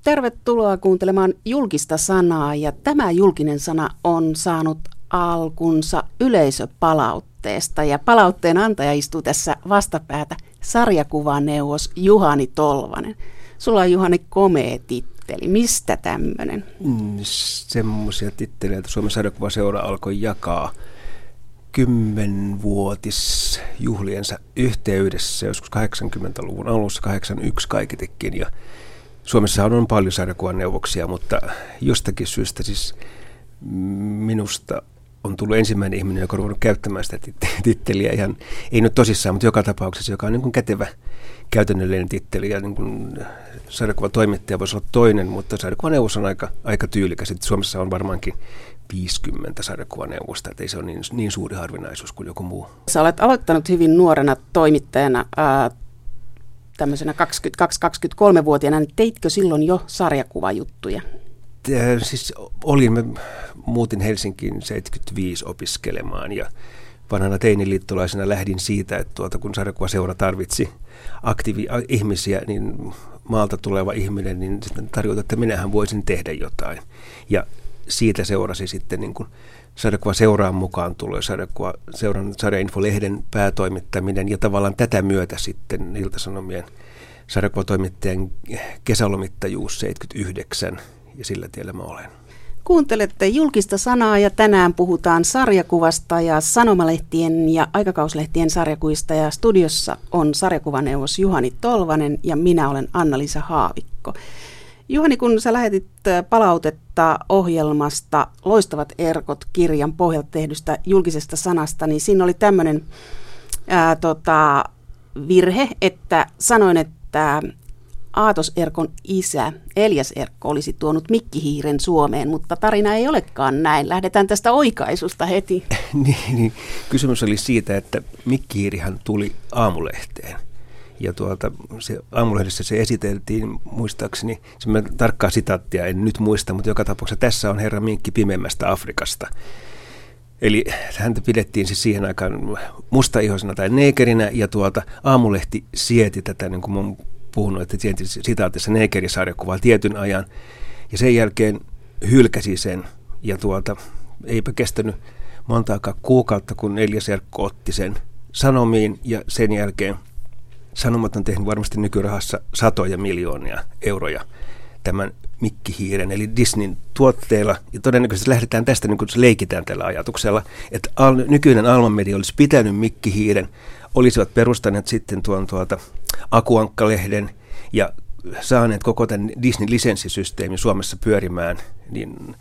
Tervetuloa kuuntelemaan julkista sanaa, ja tämä julkinen sana on saanut alkunsa yleisöpalautteesta, ja palautteen antaja istuu tässä vastapäätä, sarjakuvaneuvos Juhani Tolvanen. Sulla on, Juhani, komea titteli. Mistä tämmöinen? Semmoisia titteleitä, että Suomen sarjakuvaseura alkoi jakaa 10-vuotisjuhliensa yhteydessä joskus 80-luvun alussa, 81 kaikitikin, ja Suomessa on paljon sarjakuvaneuvoksia, mutta jostakin syystä siis minusta on tullut ensimmäinen ihminen, joka on ruvennut käyttämään sitä titteliä ihan, ei nyt tosissaan, mutta joka tapauksessa, joka on niin kuin kätevä käytännöllinen titteli, ja niin kuin sarjakuvatoimittaja voisi olla toinen, mutta sarjakuvaneuvos on aika tyylikäs. Sitten Suomessa on varmaankin 50 sarjakuvaneuvosta, että ei se ole niin suuri harvinaisuus kuin joku muu. Sä olet aloittanut hyvin nuorena toimittajana, tämmöisenä 22-23-vuotiaana, niin teitkö silloin jo sarjakuvajuttuja? Siis muutin Helsinkiin 75 opiskelemaan, ja vanhana teiniliittolaisena lähdin siitä, että kun sarjakuvaseura tarvitsi ihmisiä, niin maalta tuleva ihminen, niin sitten tarjota, että minähän voisin tehdä jotain. Ja siitä seurasi sitten niin kuin sarjakuvaseuraan mukaan tulee sarjakuvaseuran Sarjainfo-lehden päätoimittaminen, ja tavallaan tätä myötä sitten Ilta-Sanomien sarjakuvatoimittajan kesälomittajuus 79, ja sillä tiellä mä olen. Kuuntelette julkista sanaa, ja tänään puhutaan sarjakuvasta ja sanomalehtien ja aikakauslehtien sarjakuvista, ja studiossa on sarjakuvaneuvos Juhani Tolvanen ja minä olen Anna-Liisa Haavikko. Juhani, kun sä lähetit palautetta ohjelmasta Loistavat erkot -kirjan pohjalta tehdystä julkisesta sanasta, niin siinä oli tämmöinen virhe, että sanoin, että Aatos Erkon isä Elias Erkko olisi tuonut mikkihiiren Suomeen, mutta tarina ei olekaan näin. Lähdetään tästä oikaisusta heti. niin, kysymys oli siitä, että mikkihiirihän tuli Aamulehteen. Ja se Aamulehdessä se esiteltiin, muistaakseni, tarkkaa sitaattia en nyt muista, mutta joka tapauksessa tässä on herra minkki pimeämmästä Afrikasta. Eli häntä pidettiin siis siihen aikaan mustaihoisena tai neekerinä, ja Aamulehti sieti tätä, niin kuin mä oon puhunut, että sieti sitaatissa neekerisarjakuvaa tietyn ajan, ja sen jälkeen hylkäsi sen, ja eipä kestänyt montaakaan kuukautta, kun Elias Erkko otti sen Sanomiin, ja sen jälkeen Sanomat on tehnyt varmasti nykyrahassa satoja miljoonia euroja tämän mikkihiiren, eli Disneyn tuotteilla. Ja todennäköisesti lähdetään tästä, niin kun leikitään tällä ajatuksella, että nykyinen Alman Media olisi pitänyt mikkihiiren, olisivat perustaneet sitten tuon Akuankka-lehden ja saaneet koko tämän Disney-lisenssisysteemin Suomessa pyörimään, niin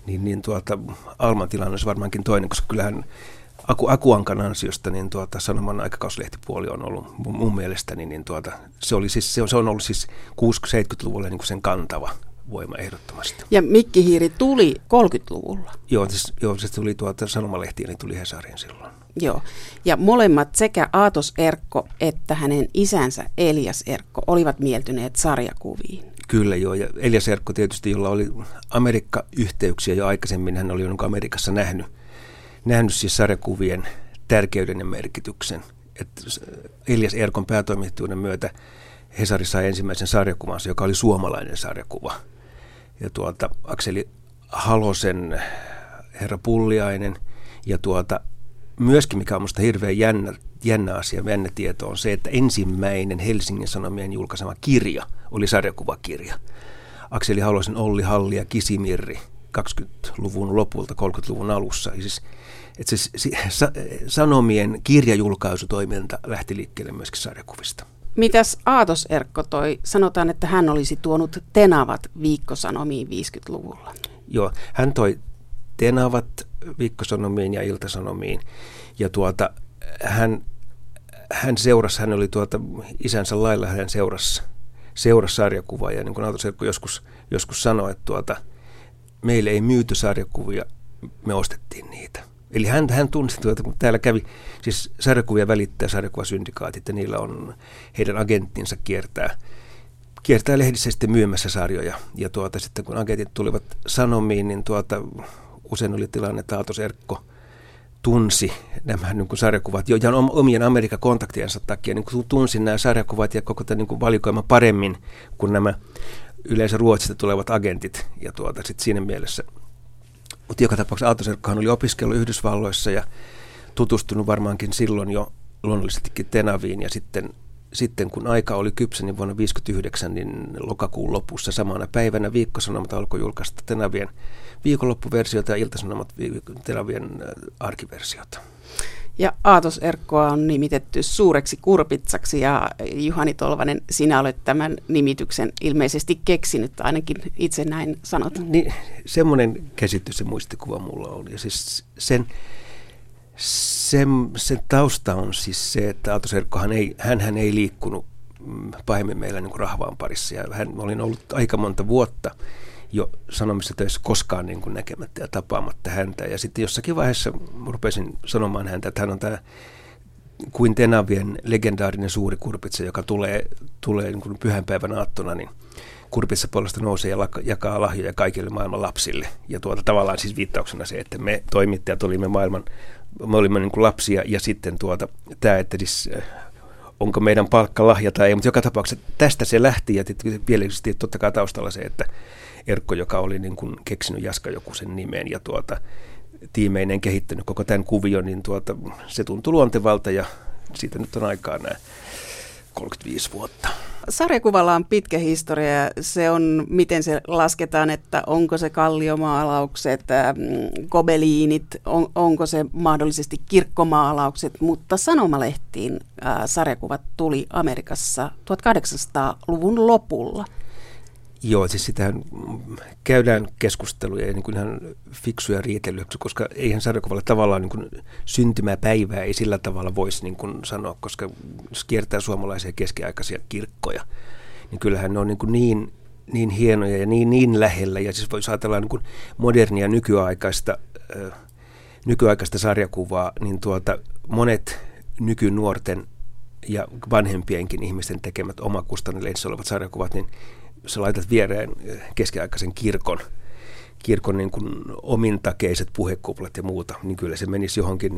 Alman tilanne olisi varmaankin toinen, koska kyllähän Akuankan ansiosta niin Sanoman aikakauslehtipuoli on ollut mun mielestäni, niin se on ollut siis 60-70-luvulla niin kuin sen kantava voima ehdottomasti. Ja mikkihiiri tuli 30-luvulla. Joo, se tuli Sanomalehtiin, niin tuli Hesariin silloin. Joo, ja molemmat, sekä Aatos Erkko että hänen isänsä Elias Erkko, olivat mieltyneet sarjakuviin. Kyllä joo, ja Elias Erkko tietysti, jolla oli Amerikka-yhteyksiä jo aikaisemmin, hän oli jo Amerikassa nähnyt siis sarjakuvien tärkeyden ja merkityksen. Että Elias Erkon päätoimittajuuden myötä Hesari sai ensimmäisen sarjakuvansa, joka oli suomalainen sarjakuva. Ja Akseli Halosen Herra Pulliainen, ja myöskin, mikä on minusta hirveän jännä asia, jännä tieto, on se, että ensimmäinen Helsingin Sanomien julkaisema kirja oli sarjakuvakirja. Akseli Halosen Olli Halli ja Kisimirri 20-luvun lopulta, 30-luvun alussa. Että Sanomien kirjajulkaisutoiminta lähti liikkeelle myöskin sarjakuvista. Mitäs Aatos Erkko toi? Sanotaan, että hän olisi tuonut Tenavat Viikkosanomiin 50-luvulla. Joo, hän toi Tenavat Viikkosanomiin ja Ilta-Sanomiin. Ja hän oli isänsä lailla, hän seurasi sarjakuvaa. Ja niin kuin Aatos Erkko joskus sanoi, että meille ei myyty sarjakuvia, me ostettiin niitä. Eli hän tunsi, kun täällä kävi siis sarjakuvia välittää sarjakuvasyndikaatit, ja niillä on heidän agenttinsa kiertää lehdissä sitten myymässä sarjoja. Ja sitten kun agentit tulivat Sanomiin, niin usein oli tilanne, että Aatos Erkko tunsi nämä niin kuin sarjakuvat, ja omien Amerikan kontaktiensa takia niin kuin tunsi nämä sarjakuvat ja koko tämän niin kuin valikoiman paremmin kuin nämä yleensä Ruotsista tulevat agentit ja sit siinä mielessä. Mutta joka tapauksessa Aalto-Serkkohan oli opiskellut Yhdysvalloissa ja tutustunut varmaankin silloin jo luonnollisestikin Tenaviin ja sitten kun aika oli kypsä, niin vuonna 1959, niin lokakuun lopussa samana päivänä Viikkosanomat alkoi julkaista Tenavien viikonloppuversiota ja Ilta-Sanomat Tenavien arkiversiota. Ja Aatos-Erkkoa on nimitetty suureksi kurpitsaksi ja Juhani Tolvanen, sinä olet tämän nimityksen ilmeisesti keksinyt, ainakin itse näin sanot. Niin, semmoinen käsitys ja muistikuva mulla oli. Ja siis sen tausta on siis se, että Aatos-Erkkohan hän ei liikkunut pahemmin meillä niin kuin rahvaan parissa. Ja olin ollut aika monta vuotta jo sanomissa töissä koskaan niin kuin näkemättä ja tapaamatta häntä. Ja sitten jossakin vaiheessa rupesin sanomaan häntä, että hän on tämä kuin Tenavien legendaarinen suuri kurpitsa, joka tulee niin kuin pyhänpäivän aattona, niin kurpitsapollosta nousee ja jakaa lahjoja kaikille maailman lapsille. Ja tavallaan siis viittauksena se, että me toimittajat me olimme niin kuin lapsia ja sitten tämä, että siis onko meidän palkka lahja tai ei, mutta joka tapauksessa tästä se lähti ja vielä totta kai taustalla se, että Erkko, joka oli niin kuin keksinyt Jaska Jokusen nimen ja tiimeinen kehittänyt koko tämän kuvion, niin se tuntui luontevalta ja siitä nyt on aikaa nämä 35 vuotta. Sarjakuvalla on pitkä historia. Se on, miten se lasketaan, että onko se kalliomaalaukset, gobeliinit, onko se mahdollisesti kirkkomaalaukset, mutta sanomalehtiin sarjakuvat tuli Amerikassa 1800-luvun lopulla. Joo, siis sitähän käydään keskusteluja ja niin kuin ihan fiksuja riitelyjä, koska eihän sarjakuvalla tavallaan niin kuin syntymäpäivää ei sillä tavalla voisi niin kuin sanoa, koska jos kiertää suomalaisia keskiaikaisia kirkkoja, niin kyllähän ne on niin hienoja ja niin lähellä. Ja siis voisi ajatella niin kuin modernia nykyaikaista sarjakuvaa, niin monet nykynuorten ja vanhempienkin ihmisten tekemät omakustannelleissä olevat sarjakuvat, niin jos sä laitat viereen keskiaikaisen kirkon niin kuin omintakeiset puhekuplat ja muuta, niin kyllä se menisi johonkin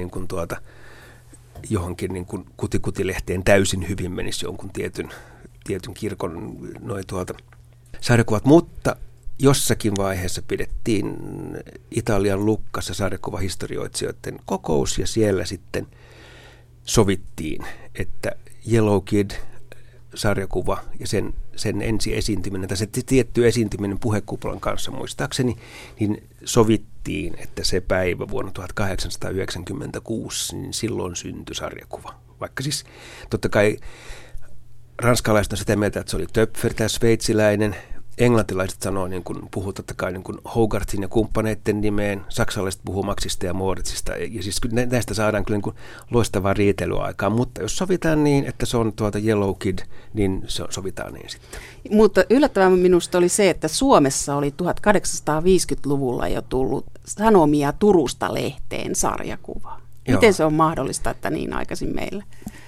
niin kuin kutikutilehteen täysin hyvin menisi jonkun tietyn kirkon sarjakuvat, mutta jossakin vaiheessa pidettiin Italian Luccassa sarjakuvahistorioitsijoiden kokous ja siellä sitten sovittiin, että Yellow Kid sarjakuva ja sen ensi esiintyminen, tai se tietty esiintyminen puhekuplan kanssa muistaakseni, niin sovittiin, että se päivä vuonna 1896, niin silloin syntyi sarjakuva. Vaikka siis totta kai ranskalaiset on sitä mieltä, että se oli Töpfer, tämä sveitsiläinen, englantilaiset puhuu totta kai niin kuin Hogarthin ja kumppaneiden nimeen, saksalaiset puhuu Maxista ja Moritzista, ja siis näistä saadaan kyllä niin kuin loistavaa riitelyaikaa, mutta jos sovitaan niin, että se on Yellow Kid, niin sovitaan niin sitten. Mutta yllättävää minusta oli se, että Suomessa oli 1850-luvulla jo tullut Sanomia Turusta lehteen sarjakuva. Miten se on mahdollista, että niin aikaisin meillä?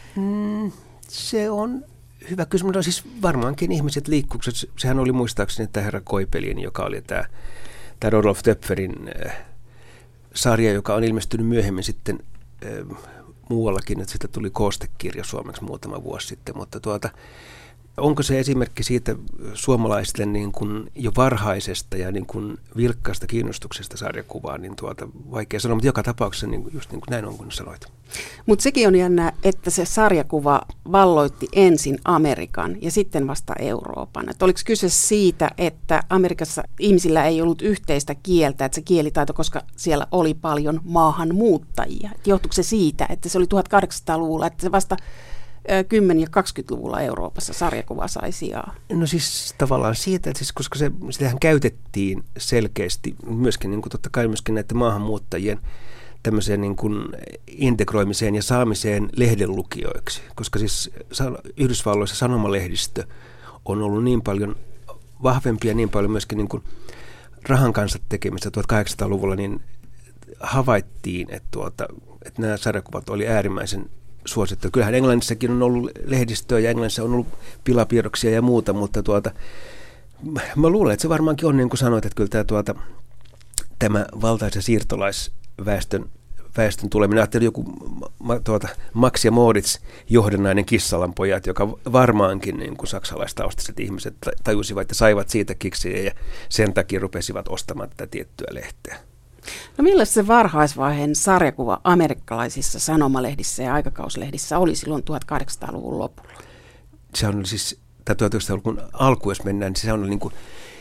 Se on hyvä kysymys. No siis varmaankin ihmiset liikkuukset, sehän oli muistaakseni tämä herra Koipelin, joka oli tämä Rodolf Töpferin sarja, joka on ilmestynyt myöhemmin sitten muuallakin, että siitä tuli koostekirja suomeksi muutama vuosi sitten, mutta onko se esimerkki siitä suomalaisten niin kuin jo varhaisesta ja niin kuin vilkkaasta kiinnostuksesta sarjakuvaa, niin vaikea sanoa, mutta joka tapauksessa just niin kuin näin on, kun sanoit. Mutta sekin on jännä, että se sarjakuva valloitti ensin Amerikan ja sitten vasta Euroopan. Et oliko kyse siitä, että Amerikassa ihmisillä ei ollut yhteistä kieltä, että se kielitaito, koska siellä oli paljon maahanmuuttajia. Et johtuiko se siitä, että se oli 1800-luvulla, että se vasta 10- ja 20-luvulla Euroopassa sarjakuva sai sijaa? No siis tavallaan siitä, että siis, koska sitähän käytettiin selkeästi myöskin niin kuin totta kai myöskin näiden maahanmuuttajien tämmöiseen niin kuin integroimiseen ja saamiseen lehdenlukijoiksi, koska siis Yhdysvalloissa sanomalehdistö on ollut niin paljon vahvempi ja niin paljon myöskin niin kuin rahan kanssa tekemistä 1800-luvulla, niin havaittiin, että nämä sarjakuvat oli äärimmäisen suosittu. Kyllähän Englannissakin on ollut lehdistöä ja Englannissa on ollut pilapiirroksia ja muuta, mutta mä luulen, että se varmaankin on niin kuin sanoit, että kyllä tämä valtaisen siirtolaisväestön väestön tuleminen. Ajattelin joku Max ja Moritz johdannainen Kissalanpojat, joka varmaankin niin kuin saksalaistaustaiset ihmiset tajusivat ja saivat siitä kiksiä ja sen takia rupesivat ostamaan tätä tiettyä lehteä. No millaista se varhaisvaiheen sarjakuva amerikkalaisissa sanomalehdissä ja aikakauslehdissä oli silloin 1800-luvun lopulla? Se on siis, tai 1900-luvun alku, jos mennään, niin se on niin kuin,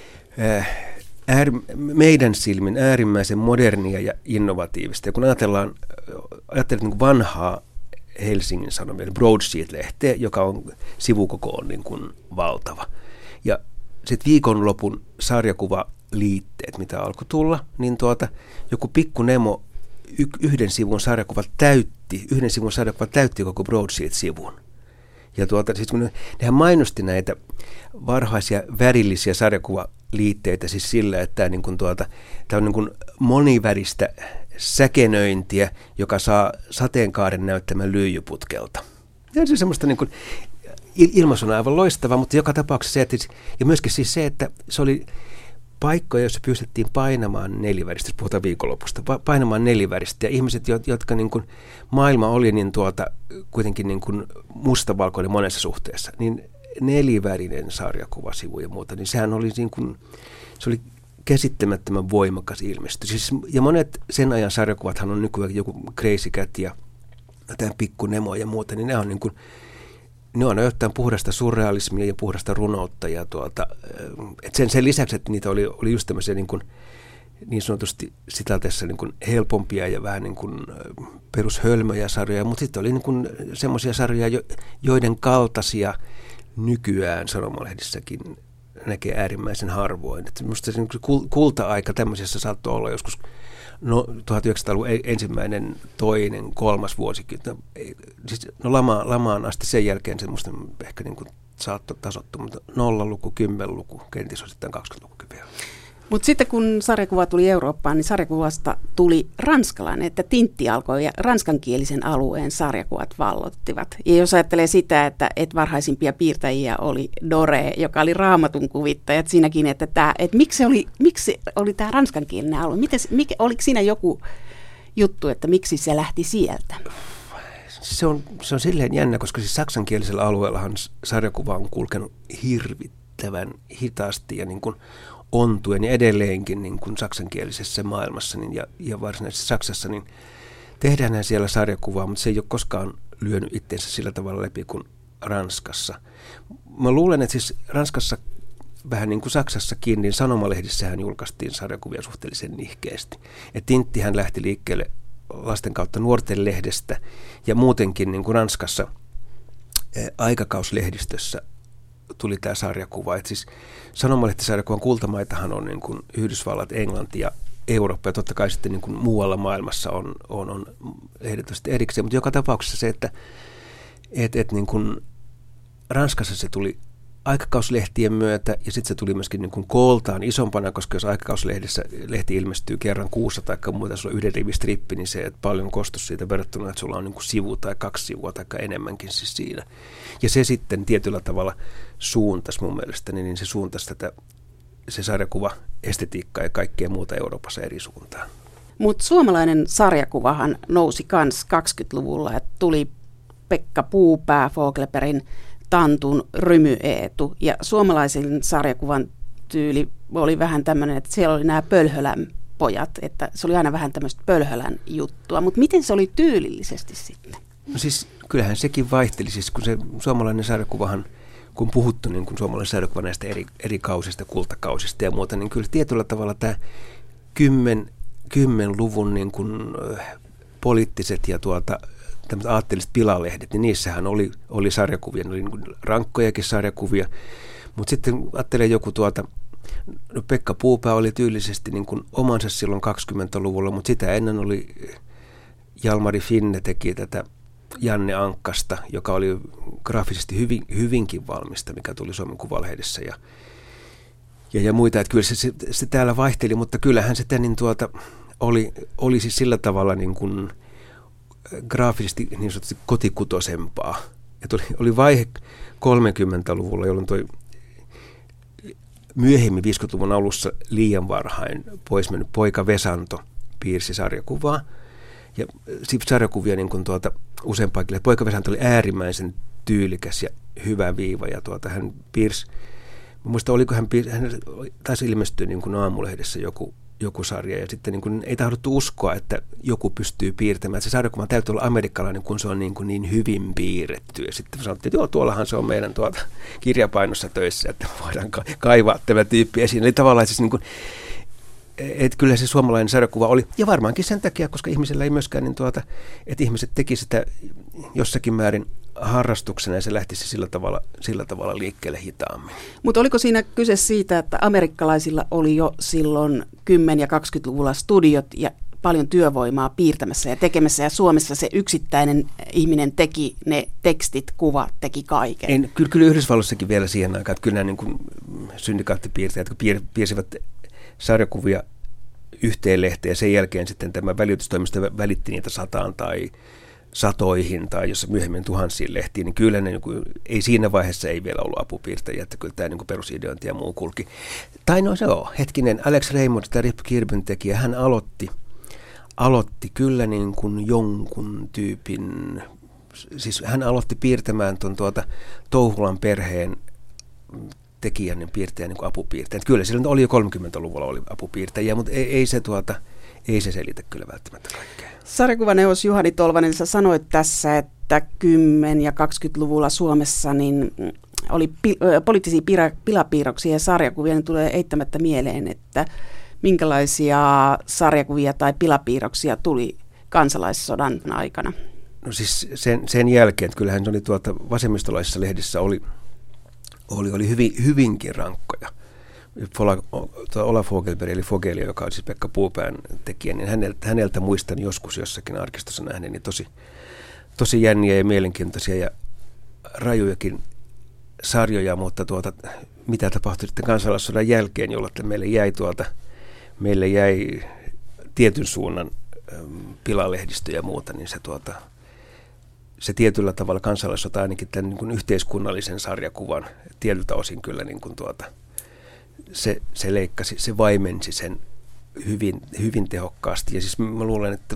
meidän silmin äärimmäisen modernia ja innovatiivista. Ja kun ajatellaan niin kuin vanhaa Helsingin Sanomien Broadsheet-lehteä, joka on sivukoko on niin kuin valtava. Ja sitten viikonlopun sarjakuvaliitteet, mitä alkoi tulla, niin joku Pikku Nemo yhden sivun sarjakuva täytti koko Broadsheet-sivun. Ja siis kun nehän mainosti näitä varhaisia värillisiä sarjakuvaliitteitä siis sillä, että tämä on niin kuin moniväristä säkenöintiä, joka saa sateenkaaren näyttämään lyijyputkelta. Ja se semmoista niin kuin, ilmaisu on aivan loistava, mutta joka tapauksessa ja myöskin siis se, että se oli paikkoja, joissa pystyttiin painamaan neliväristä, jos puhutaan viikonlopusta, painamaan neliväristä, ja ihmiset, jotka niin kuin, maailma oli niin kuitenkin niin kuin mustavalkoinen monessa suhteessa, niin nelivärinen sarjakuvasivu ja muuta, niin sehän oli niin kuin, se oli käsittämättömän voimakas ilmestys. Siis, ja monet sen ajan sarjakuvathan on nykyään joku Crazy Cat ja tämä Pikku Nemo ja muuta, niin nämä on niin kuin, ne on jotain puhdasta surrealismia ja puhdasta runoutta. Ja sen lisäksi, että niitä oli just tämmöisiä niin sanotusti sitaatessa niin kuin helpompia ja vähän niin kuin perushölmöjä sarjoja, mutta sitten oli niin kuin semmoisia sarjoja, joiden kaltaisia nykyään sanomalehdissäkin näkee äärimmäisen harvoin. Että minusta se kulta-aika tämmöisessä saattoi olla joskus 1900-luvun ensimmäinen, toinen, kolmas vuosikymmen. Lamaan asti sen jälkeen se musta ehkä niin kuin saattoi tasoittua, mutta 0-luku, 10-luku, kenties on sitten 20-lukukin vielä. Mutta sitten kun sarjakuva tuli Eurooppaan, niin sarjakuvasta tuli ranskalainen, että Tintti alkoi ja ranskankielisen alueen sarjakuvat vallottivat. Ja jos ajattelee sitä, että varhaisimpia piirtäjiä oli Doré, joka oli Raamatun kuvittajat siinäkin, että miksi oli tämä ranskankielinen alue? Oliko siinä joku juttu, että miksi se lähti sieltä? Se on silleen jännä, koska siis saksankielisellä alueellahan sarjakuva on kulkenut hirvittävän hitaasti ja niin kuin ontuen ja edelleenkin niin kuin saksankielisessä maailmassa ja varsinaisessa Saksassa, niin tehdään siellä sarjakuvaa, mutta se ei ole koskaan lyönyt itseensä sillä tavalla läpi kuin Ranskassa. Mä luulen, että siis Ranskassa vähän niin kuin Saksassakin, niin sanomalehdissähän julkaistiin sarjakuvia suhteellisen nihkeästi. Et Tinttihän lähti liikkeelle lasten kautta nuorten lehdestä ja muutenkin niin kuin Ranskassa aikakauslehdistössä tuli tämä sarjakuva. Et siis sanomalehtisarjakuvan kultamaitahan on niin kuin Yhdysvallat, Englanti ja Eurooppa, ja totta kai sitten niin kuin muualla maailmassa on ehdottomasti erikseen. Mutta joka tapauksessa se, että niin kuin Ranskassa se tuli aikakauslehtien myötä, ja sitten se tuli myöskin niin kuin kooltaan isompana, koska jos aikakauslehdessä lehti ilmestyy kerran kuussa tai muuta, sulla on yhden rivistrippi, niin se, että paljon kostus siitä verrattuna, että sulla on niin kuin sivu tai 2 sivua tai enemmänkin siis siinä. Ja se sitten tietyllä tavalla suuntasi mun mielestä, niin se suuntasi se sarjakuva estetiikkaa ja kaikkea muuta Euroopassa eri suuntaan. Mutta suomalainen sarjakuvahan nousi kans 20-luvulla, että tuli Pekka Puupää, Fogleperin Tantun Rymy-Eetu, ja suomalaisen sarjakuvan tyyli oli vähän tämmöinen, että siellä oli nämä Pölhölän pojat, että se oli aina vähän tämmöistä Pölhölän juttua, mutta miten se oli tyylillisesti sitten? No siis kyllähän sekin vaihteli, siis kun se suomalainen sarjakuvahan, kun puhuttu niin kun suomalainen sarjakuva näistä eri kausista, kultakausista ja muuta, niin kyllä tietyllä tavalla tämä 10-luvun niin kun poliittiset ja tämmöiset aatteelliset pilalehdet, niin niissähän oli sarjakuvia, ne oli niin kuin rankkojakin sarjakuvia, mutta sitten ajattelee joku Pekka Puupää oli tyylisesti niin kuin omansa silloin 20-luvulla, mutta sitä ennen oli Jalmari Finne teki tätä Janne Ankkasta, joka oli graafisesti hyvinkin valmista, mikä tuli Suomen Kuvalehdessä ja muita, että kyllä se täällä vaihteli, mutta kyllähän sitä niin oli siis sillä tavalla niin kuin graafisesti niin sanotusti kotikutosempaa. Että oli vaihe 30-luvulla, jolloin toi myöhemmin 50-luvun alussa liian varhain pois mennyt poika Vesanto piirsi sarjakuvaa. ja sarjakuvia niin kuin useampaakin. Poikavesanta oli äärimmäisen tyylikäs ja hyvä viiva, ja hän piirsi, muista oliko hän taisi ilmestyä niin kuin Aamulehdessä joku sarja, ja sitten niin kuin ei tahdottu uskoa, että joku pystyy piirtämään. Että se sarjakuva täytyy olla amerikkalainen, kun se on niin hyvin piirretty. Ja sitten sanottiin, että joo, tuollahan se on meidän kirjapainossa töissä, että voidaan kaivaa tämä tyyppi esiin. Eli tavallaan siis niin kuin, että kyllä se suomalainen sarjakuva oli, ja varmaankin sen takia, koska ihmisellä ei myöskään, niin että ihmiset teki sitä jossakin määrin harrastuksena, ja se lähtisi sillä tavalla liikkeelle hitaammin. Mutta oliko siinä kyse siitä, että amerikkalaisilla oli jo silloin 10- ja 20-luvulla studiot ja paljon työvoimaa piirtämässä ja tekemässä, ja Suomessa se yksittäinen ihminen teki ne tekstit, kuvat, teki kaiken? Kyllä Yhdysvalloissakin vielä siihen aikaan, että kyllä nämä niin syndikaattipiirtäjät, kun piirsivät sarjakuvia yhteen lehteen, ja sen jälkeen sitten tämä välitystoimisto välitti niitä 100 tai satoihin tai jos myöhemmin tuhansiin lehtiin, niin kyllä ne, ei siinä vaiheessa ei vielä ollut apupiirtäjiä, että kyllä tämä perusideointi ja muu kulki. Tai no se on, hetkinen, Alex Raymond, tämä Rip Kirbyn tekijä, hän aloitti kyllä niin kuin jonkun tyypin, siis hän aloitti piirtämään tuon Touhulan perheen tekijän, niin piirtäjän niin apupiirtäjän. Kyllä silloin oli jo 30-luvulla oli apupiirtäjiä, mutta ei se selitä kyllä välttämättä kaikkea. Sarjakuvaneuvos Juhani Tolvanen, sä sanoit tässä, että 10- ja 20-luvulla Suomessa niin oli poliittisia pilapiirroksia ja sarjakuvia, niin tulee eittämättä mieleen, että minkälaisia sarjakuvia tai pilapiirroksia tuli kansalaissodan aikana? No siis sen jälkeen, että kyllähän se oli vasemmistolaisissa lehdissä oli hyvinkin rankkoja. Ola Fogelberg, eli Fogelia, joka on siis Pekka Puupään tekijä, niin häneltä muistan joskus jossakin arkistossa nähden, niin tosi jänniä ja mielenkiintoisia ja rajujakin sarjoja, mutta mitä tapahtui sitten kansalaissodan jälkeen, jolloin meille jäi tietyn suunnan pilalehdistö ja muuta, niin se tietyllä tavalla kansalaissota ainakin tämän niin kuin yhteiskunnallisen sarjakuvan tietyltä osin kyllä niin kuin se leikkasi, se vaimensi sen hyvin tehokkaasti. Ja siis mä luulen, että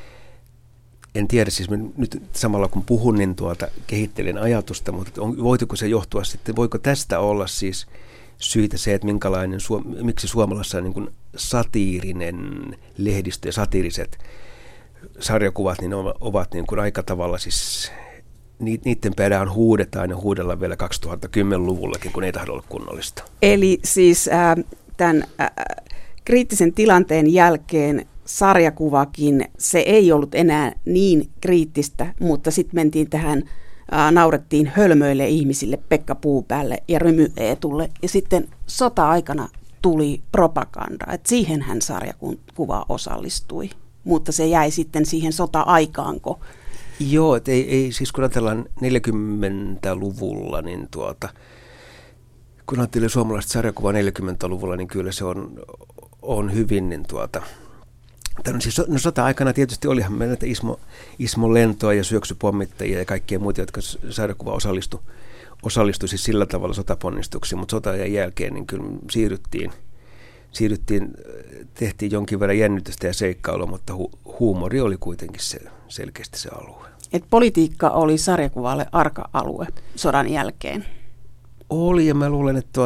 en tiedä, siis nyt samalla kun puhun, niin kehittelen ajatusta, mutta voitiko se johtua sitten, voiko tästä olla siis syitä se, että miksi Suomalassa on niin kuin satiirinen lehdistö ja satiiriset sarjakuvat niin ovat niin kuin aika tavalla siis niiden perään huudetaan ja huudellaan vielä 2010-luvullakin, kun ei tahdo olla kunnollista. Eli siis tämän kriittisen tilanteen jälkeen sarjakuvakin, se ei ollut enää niin kriittistä, mutta sitten mentiin tähän, naurettiin hölmöille ihmisille, Pekka Puupäälle ja Rymy Eetulle, ja sitten sota-aikana tuli propaganda, että siihenhän sarjakuva osallistui, mutta se jäi sitten siihen sota-aikaanko. Joo, että ei siis kun ajatellaan 40-luvulla, niin kun ajattelee suomalaista sarjakuvaa 40-luvulla, niin kyllä se on hyvin, niin siis sota-aikana tietysti olihan meillä Ismo Lentoa ja syöksypommittajia ja kaikkia muita, jotka sarjakuva osallistui siis sillä tavalla sotaponnistuksiin, mutta sotajan jälkeen niin kyllä siirryttiin, tehtiin jonkin verran jännitystä ja seikkailua, mutta huumori oli kuitenkin selkeästi se alue. Et politiikka oli sarjakuvalle arka alue sodan jälkeen? Oli, ja mä luulen, että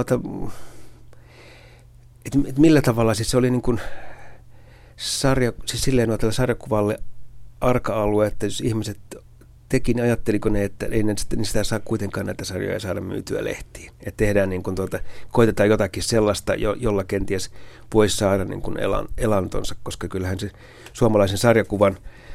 millä tavalla siis se oli niin kuin siis silleen sarjakuvalle arka alue, että jos ihmiset teki, niin ajatteliko ne, että ei niistä saa kuitenkaan näitä sarjoja saada myytyä lehtiin. Että tehdään niin kuin koitetaan jotakin sellaista, jolla kenties voisi saada niin kuin elantonsa, koska kyllähän se suomalaisen sarjakuvan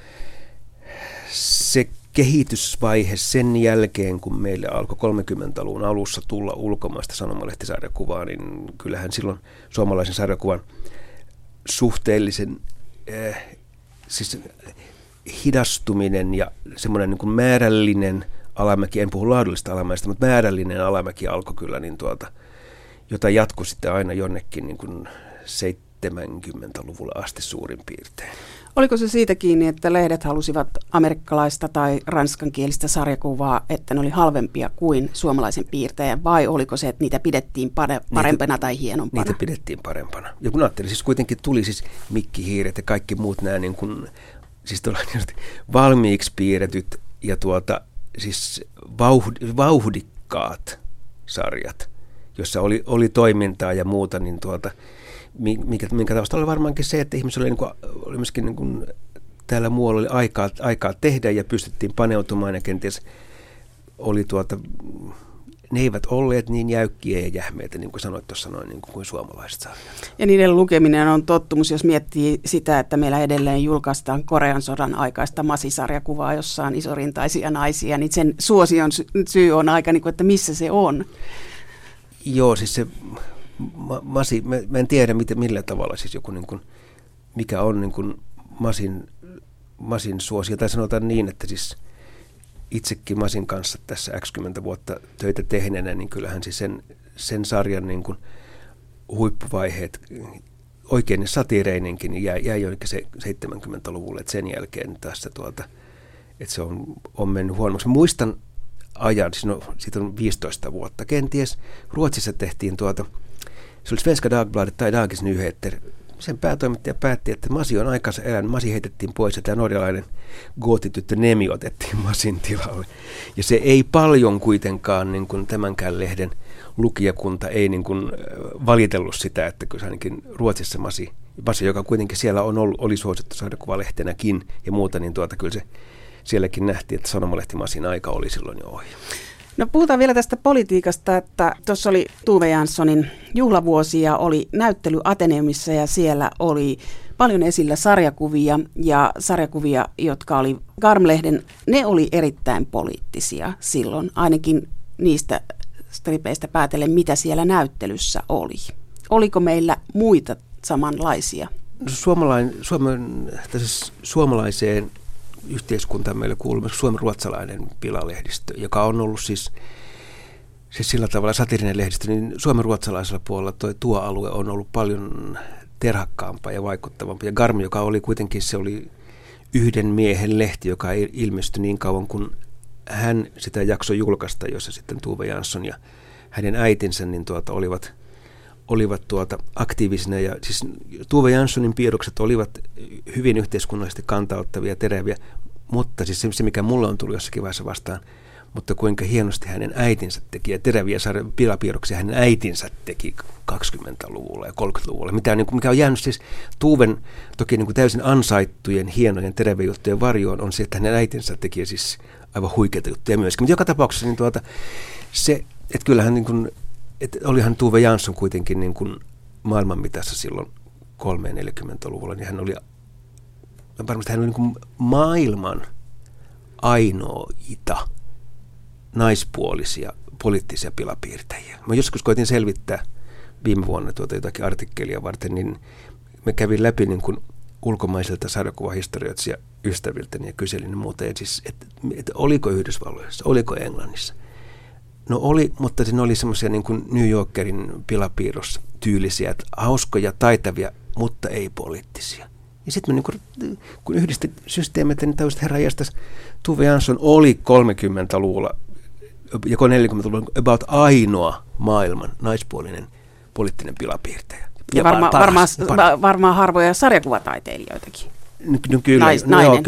se kehitysvaihe sen jälkeen, kun meille alkoi 30-luvun alussa tulla ulkomaista sanomalehtisarjakuvaa, niin kyllähän silloin suomalaisen sarjakuvan suhteellisen siis hidastuminen ja semmoinen niin kuin määrällinen alamäki, en puhu laadullista alamäistä, mutta määrällinen alamäki alkoi kyllä, niin jota jatkui sitten aina jonnekin niin kuin 70-luvulle asti suurin piirtein. Oliko se siitä kiinni, että lehdet halusivat amerikkalaista tai ranskankielistä sarjakuvaa, että ne oli halvempia kuin suomalaisen piirtäjän, vai oliko se, että niitä pidettiin parempana tai hienompana? Niitä pidettiin parempana. Ja kun ajattelin, siis kuitenkin tuli siis mikkihiiret ja kaikki muut nämä niin kuin siis valmiiksi piirretyt ja siis vauhdikkaat sarjat, jossa oli toimintaa ja muuta, niin minkä taustalla oli varmaankin se, että ihmisillä oli myöskin niin kuin täällä muualla oli aikaa tehdä ja pystyttiin paneutumaan ja kenties oli ne eivät olleet niin jäykkiä ja jähmeitä, niin kuin sanoit tuossa noin, niin kuin suomalaiset sarjat. Ja niiden lukeminen on tottumus, jos miettii sitä, että meillä edelleen julkaistaan Korean sodan aikaista masisarjakuvaa, jossa on isorintaisia naisia, niin sen suosion syy on aika, niin kuin, että missä se on. Joo, siis se masi, mä en tiedä millä tavalla siis joku, niin kuin, mikä on niin kuin masin suosio, tai sanotaan niin, että siis itsekin masin kanssa tässä 20 vuotta töitä tehneenä, niin kyllähän siis sen sarjan niin kuin huippuvaiheet, oikein ne satiireininkin, niin jäi jonnekin se 70-luvulle, että sen jälkeen tässä että se on mennyt huonommaksi. Muistan ajan, siitä on 15 vuotta kenties, Ruotsissa tehtiin se oli Svenska Dagbladet tai Dagens Nyheter. Sen päätoimittaja päätti, että Masi on aikansa elänyt. Masi heitettiin pois ja tämä norjalainen gootityttö Nemi otettiin Masin tilalle. Ja se ei paljon kuitenkaan niin kuin tämänkään lehden lukijakunta ei niin kuin valitellut sitä, että kyllä ainakin Ruotsissa Masi, joka kuitenkin siellä oli suosittu sarjakuvalehtenäkin ja muuta, niin kyllä se sielläkin nähtiin, että sanomalehti Masin aika oli silloin jo ohi. No puhutaan vielä tästä politiikasta, että tuossa oli Tove Janssonin juhlavuosi ja oli näyttely Ateneumissa ja siellä oli paljon esillä sarjakuvia, jotka oli Garm-lehden, ne oli erittäin poliittisia silloin, ainakin niistä stripeistä päätellen, mitä siellä näyttelyssä oli. Oliko meillä muita samanlaisia? Suomalaiseen yhteiskuntaan meille kuuluu myös suomen-ruotsalainen pilalehdistö, joka on ollut siis sillä tavalla satirinen lehdistö, niin suomen-ruotsalaisella puolella tuo alue on ollut paljon terhakkaampaa ja vaikuttavampaa. Ja Garm, joka oli kuitenkin, se oli yhden miehen lehti, joka ei ilmestyi niin kauan kuin hän sitä jaksoi julkaista, jossa sitten Tove Jansson ja hänen äitinsä niin olivat aktiivisina. Ja siis Tove Janssonin piirrokset olivat hyvin yhteiskunnallisesti kantauttavia ja teräviä, mutta siis se, mikä mulla on tullut jossakin vaiheessa vastaan, mutta kuinka hienosti hänen äitinsä teki ja teräviä pilapiirroksia hänen äitinsä teki 20-luvulla ja 30-luvulla. Mikä on jäänyt siis Tuven toki niin kuin täysin ansaittujen hienojen teräviä juttujen varjoon on se, että hänen äitinsä teki siis aivan huikeita juttuja myöskin. Mutta joka tapauksessa niin se, että kyllähän niin kuin, että olihan Tove Jansson kuitenkin niin kuin maailman mitassa silloin 30-40-luvulla, niin varmasti hän oli niin kuin maailman ainoita naispuolisia poliittisia pilapiirtäjiä. Mä joskus koitin selvittää viime vuonna jotakin artikkelia varten, niin mä kävin läpi niin kuin ulkomaisilta sarjakuvahistorioitsija ystäviltäni ja kyselin ja muuta. Siis, että oliko Yhdysvalloissa, oliko Englannissa? No oli, mutta ne oli semmoisia niin kuin New Yorkerin pilapiirros tyylisiä, että hauskoja, taitavia, mutta ei poliittisia. Ja sitten niin kun yhdistin systeemit, niin täysin herra jästäs, Tove Jansson oli 30-luvulla ja 40-luvulla about ainoa maailman naispuolinen poliittinen pilapiirtäjä. Ja varmaan harvoja sarjakuvataiteilijoitakin. No kyllä, nainen.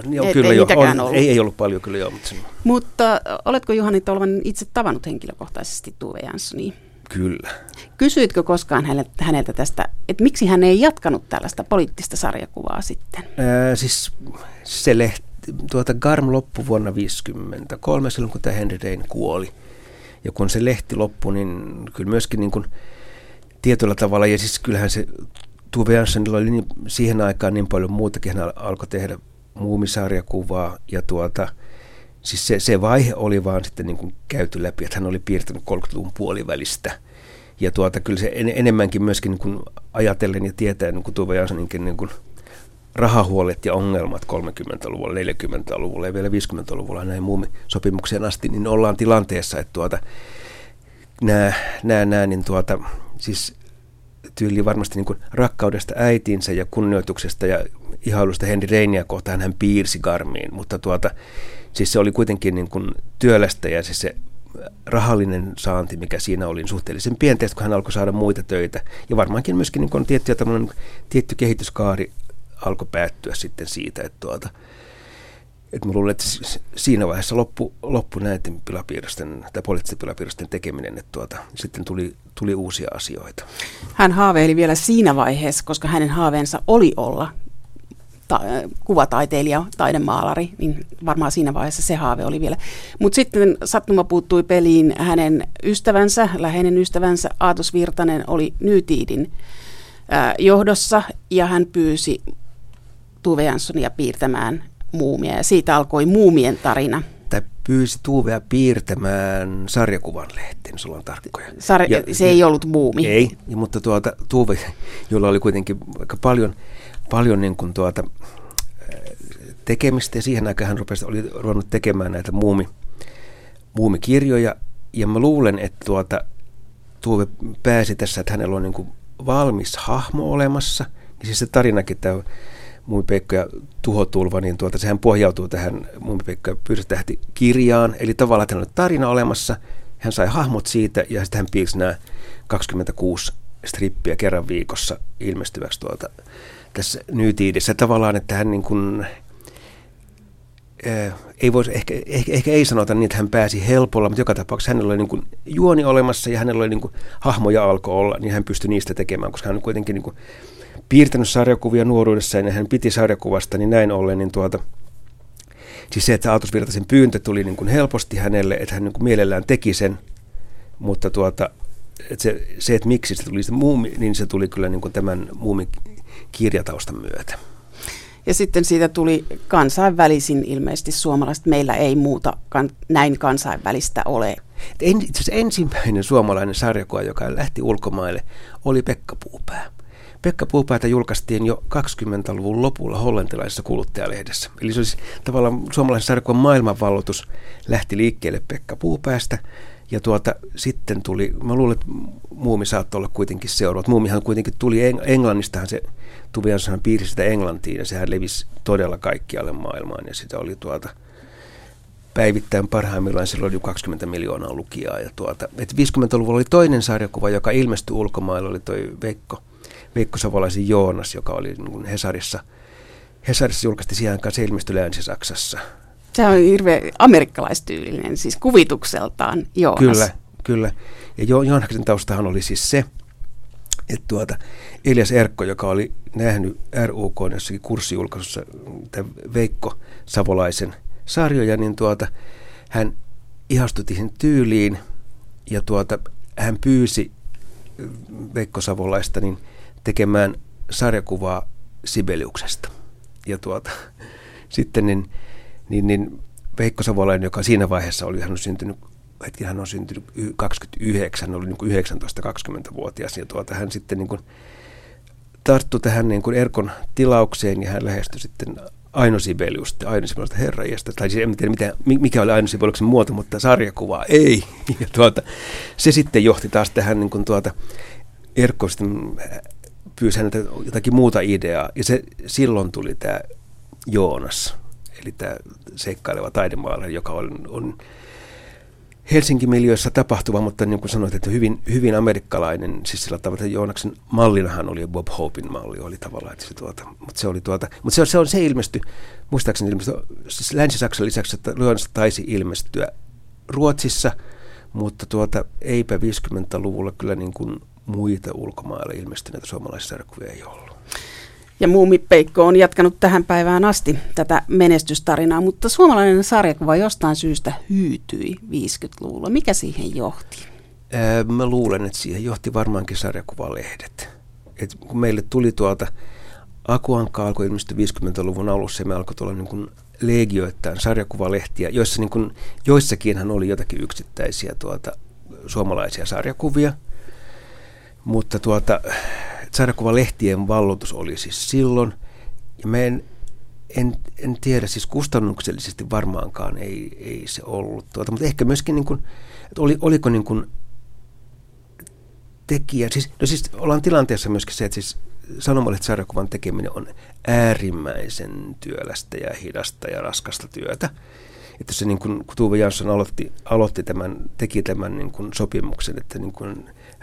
Ei ollut paljon kyllä Mutta oletko Juhani Tolvanen itse tavannut henkilökohtaisesti Tove Janssonia? Kyllä. Kysyitkö koskaan häneltä tästä, että miksi hän ei jatkanut tällaista poliittista sarjakuvaa sitten? Siis se Garm loppui vuonna 1953, silloin kun tämä Henry Rein kuoli. Ja kun se lehti loppui, niin kyllä myöskin niin kuin tietyllä tavalla, ja siis kyllähän se Tove Janssonilla oli siihen aikaan niin paljon muutakin, hän alkoi tehdä muumisarjakuvaa, ja siis se vaihe oli vaan sitten niin kuin käyty läpi, että hän oli piirtänyt 30-luvun puolivälistä. Ja kyllä se enemmänkin myöskin niin kuin ajatellen ja tietäen niin kuin Tove Janssoninkin niin kuin rahahuolet ja ongelmat 30-luvulla, 40-luvulla ja vielä 50-luvulla näin muumisopimukseen asti, niin ollaan tilanteessa, että nämä niin siis tyyli varmasti niin kuin rakkaudesta äitiinsä ja kunnioituksesta ja ihailusta Henry Reiniä kohtaan hän piirsi Garmiin, mutta siis se oli kuitenkin niin kuin työlästä ja siis se rahallinen saanti, mikä siinä oli suhteellisen pienteistä, kun hän alkoi saada muita töitä. Ja varmaankin myöskin niin kuin tietty kehityskaari alkoi päättyä sitten siitä, että mä luulen, että siinä vaiheessa loppu näiden pilapiirrosten tai poliittisten pilapiirrosten tekeminen, että sitten tuli uusia asioita. Hän haaveili vielä siinä vaiheessa, koska hänen haaveensa oli olla kuvataiteilija, taidemaalari, niin varmaan siinä vaiheessa se haave oli vielä. Mutta sitten sattuma puuttui peliin hänen ystävänsä, läheinen ystävänsä Aatos Virtanen oli Ny Tidin johdossa ja hän pyysi Tove Janssonia piirtämään muumia ja siitä alkoi Muumien tarina. Tai pyysi Tuvea piirtämään sarjakuvanlehteen, jos ollaan tarkkoja. Se ei ollut muumi. Ei, mutta Tuve, jolla oli kuitenkin aika paljon niin kuin tekemistä ja siihen aikaan hän oli ruvennut tekemään näitä muumikirjoja ja mä luulen, että Tuve pääsi tässä, että hänellä on niin kuin valmis hahmo olemassa ja siis se tarinakin tämä Muumipeikko ja Tuhotulva, niin sehän pohjautuu tähän Muumipeikko ja Pyrstötähti -kirjaan, eli tavallaan että hänellä oli tarina olemassa, hän sai hahmot siitä ja sitten hän piirsi nämä 26 strippiä kerran viikossa ilmestyväksi tässä Ny Tidissä. Tavallaan, että hän niin kuin, ehkä ei sanota niin, että hän pääsi helpolla, mutta joka tapauksessa hänellä oli niin kuin juoni olemassa ja hänellä oli niin kuin hahmoja alkoi olla, niin hän pystyi niistä tekemään, koska hän on kuitenkin niin kuin piirtänyt sarjakuvia nuoruudessa ja hän piti sarjakuvasta, niin näin ollen, niin siis se, että Aatos Virtasen pyyntö tuli niin kuin helposti hänelle, että hän niin kuin mielellään teki sen, mutta että että miksi se tuli se muumi, niin se tuli kyllä niin kuin tämän muumikirjataustan myötä. Ja sitten siitä tuli kansainvälisin ilmeisesti suomalaiset. Meillä ei muuta näin kansainvälistä ole. Itse asiassa ensimmäinen suomalainen sarjakuva, joka lähti ulkomaille, oli Pekka Puupää. Pekka Puupäätä julkaistiin jo 20-luvun lopulla hollantilaisessa kuluttajalehdessä. Eli se olisi tavallaan suomalaisen sarjakuvan maailmanvalloitus lähti liikkeelle Pekka Puupäästä. Ja sitten tuli, mä luulen, että Muumi saattoi olla kuitenkin seuraava. Muumihan kuitenkin tuli Englannistahan se, Tove Jansson piirsi sitä Englantiin ja sehän levisi todella kaikkialle maailmaan. Ja sitä oli päivittäin parhaimmillaan, silloin oli 20 miljoonaa lukijaa. Ja että 50-luvulla oli toinen sarjakuva, joka ilmestyi ulkomailla, oli toi Veikko Savolaisen Joonas, joka oli niin Hesarissa julkaistiin siihen aikaan, se ilmestyi Länsi-Saksassa. Se on hirveän amerikkalaistyylinen, siis kuvitukseltaan Joonas. Kyllä. Ja Joonaksen taustahan oli siis se, että Elias Erkko, joka oli nähnyt RUK:n jossakin kurssijulkaisussa tämän Veikko Savolaisen sarjoja, niin hän ihastutti sen tyyliin ja hän pyysi Veikko Savolaista niin tekemään sarjakuvaa Sibeliuksesta. Ja sitten niin Veikko Savolainen, joka siinä vaiheessa oli, hän on syntynyt 29, oli niin kuin 19-20-vuotias, ja hän sitten niin kuin tarttui tähän niin kuin Erkon tilaukseen, ja hän lähestyi sitten Aino Sibeliusta herranjestä, tai siis en tiedä mikä oli Aino Sibeliuksen muoto, mutta sarjakuvaa ei. Ja se sitten johti taas tähän, niin kuin Erkko sitten pyysi häneltä jotakin muuta ideaa, ja silloin tuli tämä Joonas, eli tämä seikkaileva taidemaalari, joka on Helsinki-miljöissä tapahtuva, mutta niin kuin sanoit, että hyvin amerikkalainen, siis sillä tavalla, että Joonaksen mallinahan oli Bob Hopin malli, oli tavallaan, että mutta se ilmestyi, muistaakseni siis Länsi-Saksan lisäksi, että Joonas taisi ilmestyä Ruotsissa, mutta eipä 50-luvulla kyllä niin kuin muita ulkomailla ilmestyneitä suomalaisia sarjakuvia ei ollut. Ja Muumipeikko on jatkanut tähän päivään asti tätä menestystarinaa, mutta suomalainen sarjakuva jostain syystä hyytyi 50-luvulla. Mikä siihen johti? Mä luulen, että siihen johti varmaankin sarjakuvalehdet. Et kun meille tuli Aku Ankka alkoi ilmestyä 50-luvun alussa ja me alkoi tulla niin kuin legioittain sarjakuvalehtiä, joissa niin kuin, joissakinhan oli jotakin yksittäisiä suomalaisia sarjakuvia, mutta sarjakuvalehtien valloitus oli siis silloin, ja mä en tiedä, siis kustannuksellisesti varmaankaan ei se ollut, mutta ehkä myöskin, niin kuin, että oliko niin kuin tekijä, siis ollaan tilanteessa myöskin se, että siis sanomalehtisarjakuvan tekeminen on äärimmäisen työlästä ja hidasta ja raskasta työtä. Että se niin kuin Tove Jansson teki tämän niin kuin sopimuksen, että niin kuin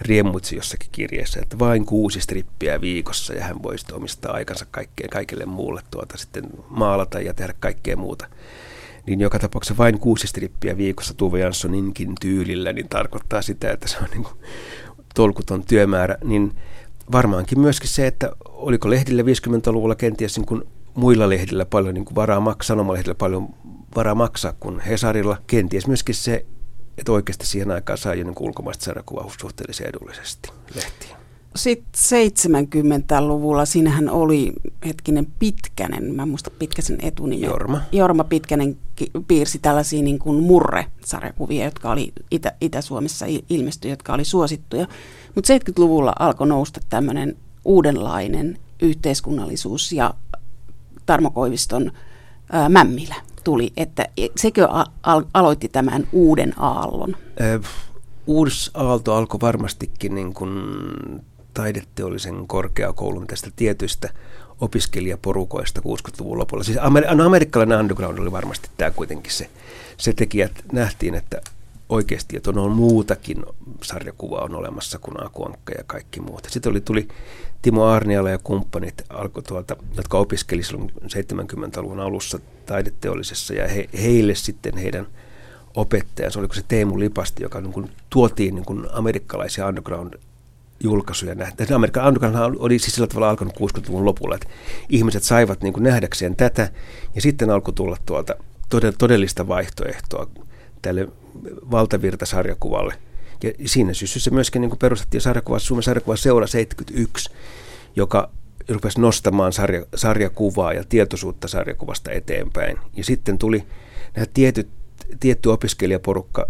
riemmuitsi jossakin kirjeessä, että vain 6 strippiä viikossa ja hän voisi omistaa aikansa kaikille muulle sitten maalata ja tehdä kaikkea muuta. Niin joka tapauksessa vain 6 strippiä viikossa Tove Janssoninkin tyylillä, niin tarkoittaa sitä, että se on niin kuin tolkuton työmäärä. Niin varmaankin myöskin se, että oliko lehdillä 50-luvulla kenties niin kuin muilla lehdillä paljon niin kuin sanomalehdillä paljon varaa maksaa kuin Hesarilla. Kenties myöskin se, että oikeasti siihen aikaan sai jo niin kuin ulkomaista sarjakuvaa suhteellisen edullisesti lehtiin. Sitten 70-luvulla siinähän oli Pitkänen, mä muistan Pitkäsen etunimen. Jorma Pitkänen piirsi tällaisia niin kuin murre-sarjakuvia, jotka oli Itä-Suomessa ilmestyi, jotka oli suosittuja. Mutta 70-luvulla alkoi nousta tämmöinen uudenlainen yhteiskunnallisuus ja Tarmo Koiviston Mämmilä tuli, että sekö aloitti tämän uuden aallon? Uusi aalto alkoi varmastikin niin kuin taideteollisen korkeakoulun tästä tietyistä opiskelijaporukoista 60-luvun lopulla. Siis amerikkalainen underground oli varmasti tämä kuitenkin se tekijä, että nähtiin, että oikeasti, että on muutakin sarjakuvaa on olemassa kuin Aku Ankka ja kaikki muuta. Sitten tuli Timo Aarniala ja kumppanit, jotka opiskeli silloin 70-luvun alussa taideteollisessa, ja heille sitten heidän opettajansa, oliko se Teemu Lipasti, joka niin kuin tuotiin niin kuin amerikkalaisia underground-julkaisuja. Amerikan underground oli siis sillä tavalla alkanut 60-luvun lopulla, että ihmiset saivat niin kuin nähdäkseen tätä, ja sitten alkoi tulla todellista vaihtoehtoa tälle valtavirtasarjakuvalle. Ja siinä syssyssä myöskin niin kuin perustettiin Suomen sarjakuvaseura 71, joka rupesi nostamaan sarjakuvaa ja tietoisuutta sarjakuvasta eteenpäin. Ja sitten tuli nämä tietty opiskelijaporukka,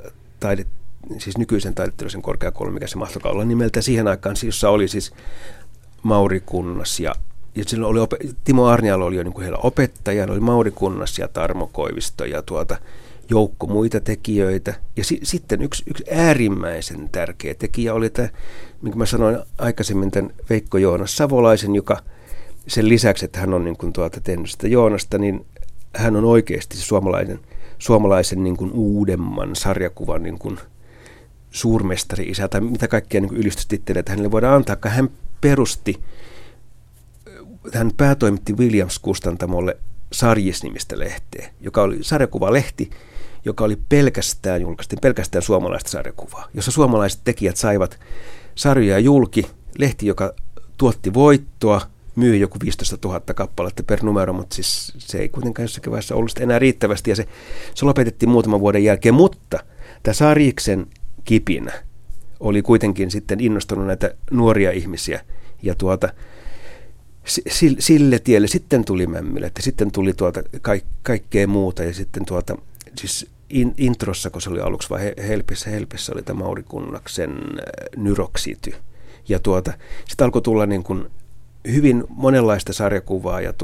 siis nykyisen taideteollisen korkeakoulun, mikä se mahtoi olla nimeltä siihen aikaan, jossa oli siis Mauri Kunnas ja silloin oli Timo Aarniala oli jo niin kuin heillä opettajana, oli Mauri Kunnas ja Tarmo Koivisto ja joukko muita tekijöitä. Ja sitten yksi äärimmäisen tärkeä tekijä oli tämä, minkä mä sanoin aikaisemmin, tämän Veikko Joonas Savolaisen, joka sen lisäksi, että hän on niin kuin tehnyt sitä Joonasta, niin hän on oikeasti suomalaisen niin kuin uudemman sarjakuvan niin kuin suurmestari-isä, tai mitä kaikkia niin kuin ylistystitteleitä hänelle voidaan antaa, kun hän päätoimitti Williams-kustantamolle Sarjis-nimistä lehteä, joka oli sarjakuvalehti, joka oli julkaistiin pelkästään suomalaista sarjakuvaa, jossa suomalaiset tekijät saivat sarjoja julki, lehti, joka tuotti voittoa, myi joku 15 000 kappaletta per numero, mutta siis se ei kuitenkaan jossakin vaiheessa ollut enää riittävästi, ja se lopetettiin muutaman vuoden jälkeen, mutta tämä Sarjiksen kipinä oli kuitenkin sitten innostunut näitä nuoria ihmisiä, ja sille tielle sitten tuli Mämmilä, että sitten tuli kaikkea muuta, ja sitten siis introssa, kun se oli aluksi vai Helpissä oli tämä Mauri Kunnaksen Nyroksity, ja sitten alkoi tulla niin kuin hyvin monenlaista sarjakuvaa, ja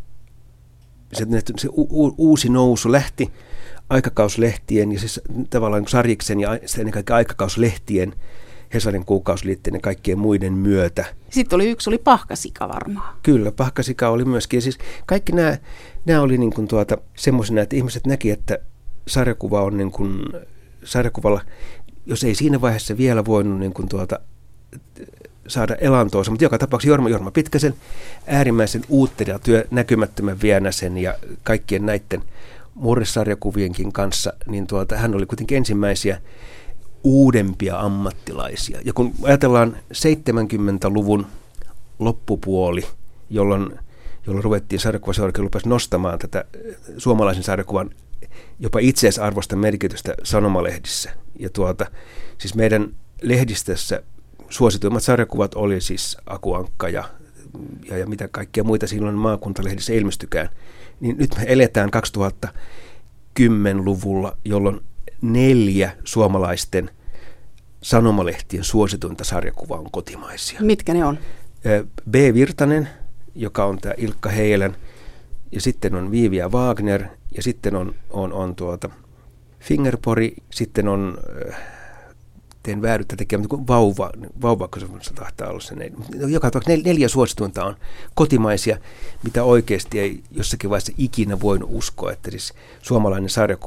se uusi nousu lähti aikakauslehtien ja siis tavallaan Sarjiksen ja ennen kaikkea aikakauslehtien, Hesarin kuukausiliitteen ja kaikkien muiden myötä. Sitten oli Pahkasika varmaan. Kyllä, Pahkasika oli myöskin. Ja siis kaikki nämä oli niin kuin semmoisena, että ihmiset näki, että sarjakuva on niin kuin, sarjakuvalla, jos ei siinä vaiheessa vielä voinut niin kuin saada elantoonsa, mutta joka tapauksessa Jorma Pitkäsen äärimmäisen uutteria näkymättömän Vienäsen ja kaikkien näiden murresarjakuvienkin kanssa, niin hän oli kuitenkin ensimmäisiä uudempia ammattilaisia. Ja kun ajatellaan 70-luvun loppupuoli, jolloin ruvettiin sarjakuvaseurakin rupesi nostamaan tätä suomalaisen sarjakuvan jopa itseisarvosta merkitystä sanomalehdissä. Ja siis meidän lehdistössä suosituimmat sarjakuvat oli siis Aku Ankka ja mitä kaikkia muita silloin maakuntalehdissä ilmestykään. Niin nyt me eletään 2010-luvulla, jolloin 4 suomalaisten sanomalehtien suosituinta sarjakuvaa on kotimaisia. Mitkä ne on? B. Virtanen, joka on tämä Ilkka Heilän, ja sitten on Viiviä Wagner, ja sitten on Fingerpori, sitten on, teen vääryyttä tekijä, mutta vauva, kun se tahtaa olla se. Joka tapauksessa 4 suosituinta on kotimaisia, mitä oikeasti ei jossakin vaiheessa ikinä voinut uskoa, että siis suomalainen sarjakuva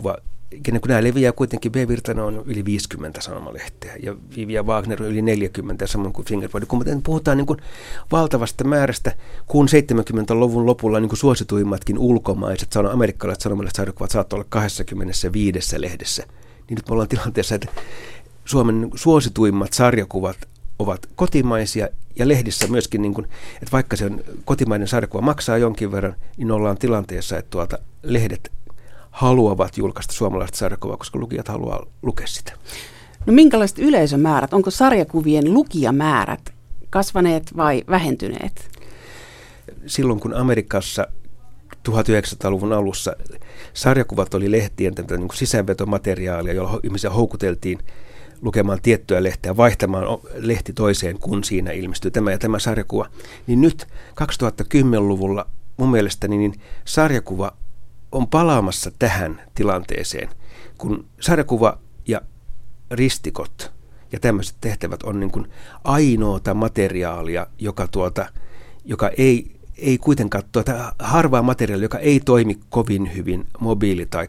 kun nämä leviää kuitenkin, B. Virtanen on yli 50 sanomalehteä ja Vivian Wagner on yli 40, samoin kuin Fingerboard. Kun puhutaan niin kuin valtavasta määrästä, kun 70-luvun lopulla niin kuin suosituimmatkin ulkomaiset amerikkalaiset sanomalehtisarjakuvat saattoi olla 25 lehdessä, niin nyt me ollaan tilanteessa, että Suomen suosituimmat sarjakuvat ovat kotimaisia ja lehdissä myöskin, niin kuin, että vaikka se on kotimainen sarjakuva maksaa jonkin verran, niin ollaan tilanteessa, että lehdet haluavat julkaista suomalaista sarjakuvaa, koska lukijat haluaa lukea sitä. No minkälaiset yleisömäärät? Onko sarjakuvien lukijamäärät kasvaneet vai vähentyneet? Silloin kun Amerikassa 1900-luvun alussa sarjakuvat oli lehtien niin kuin sisäänvetomateriaalia, jolla ihmisiä houkuteltiin lukemaan tiettyä lehteä, vaihtamaan lehti toiseen, kun siinä ilmestyi tämä ja tämä sarjakuva, niin nyt 2010-luvulla mun mielestäni niin sarjakuva on palaamassa tähän tilanteeseen, kun sarjakuva ja ristikot ja tämmöiset tehtävät on niin kuin ainoata materiaalia, joka ei kuitenkaan, harvaa materiaalia, joka ei toimi kovin hyvin mobiili- tai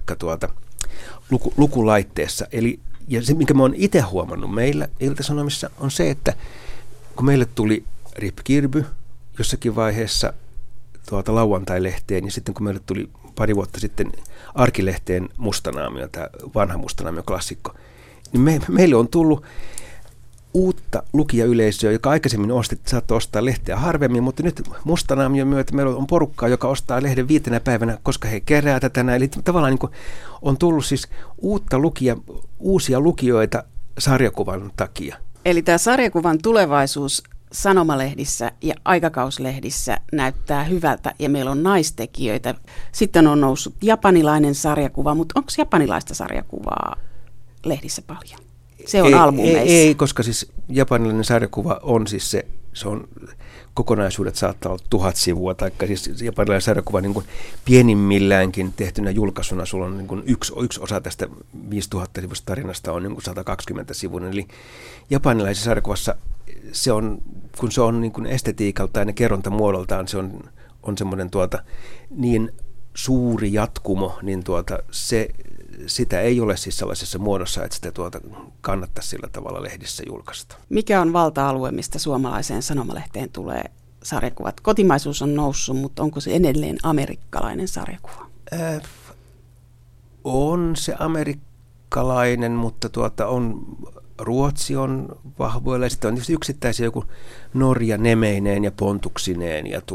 lukulaitteessa. Eli, ja se, minkä mä oon itse huomannut meillä Ilta-Sanomissa, on se, että kun meille tuli Rip Kirby jossakin vaiheessa lauantai-lehteen, ja sitten kun meille tuli pari vuotta sitten Arkilehteen Mustanaamio, tämä vanha Mustanaamio-klassikko, niin meille on tullut uutta lukijayleisöä, joka aikaisemmin saattoi ostaa lehteä harvemmin, mutta nyt Mustanaamion myötä meillä on porukkaa, joka ostaa lehden 5 päivänä, koska he kerää tätä näin. Eli tavallaan niin kuin on tullut siis uusia lukijoita sarjakuvan takia. Eli tämä sarjakuvan tulevaisuus sanomalehdissä ja aikakauslehdissä näyttää hyvältä ja meillä on naistekijöitä. Sitten on noussut japanilainen sarjakuva, mutta onko japanilaista sarjakuvaa lehdissä paljon? Se on albumeissa. Ei, koska siis japanilainen sarjakuva on siis se on kokonaisuudet saattaa olla 1000 sivua, tai siis japanilainen sarjakuva niin kuin pienimmilläänkin tehtynä julkaisuna, sulla on niin kuin yksi osa tästä 5000 sivusta tarinasta on niin kuin 120 sivuinen, eli japanilaisessa sarjakuvassa kun se on niin kuin estetiikaltaan ja kerrontamuodoltaan, se on semmoinen niin suuri jatkumo, niin sitä ei ole siis sellaisessa muodossa, että sitä kannattaisi sillä tavalla lehdissä julkaista. Mikä on valta-alue, mistä suomalaiseen sanomalehteen tulee sarjakuvat? Kotimaisuus on noussut, mutta onko se edelleen amerikkalainen sarjakuva? On se amerikkalainen, mutta Ruotsi on vahvoilla ja sitten on yksittäisiä joku Norja nemeineen ja pontuksineen ja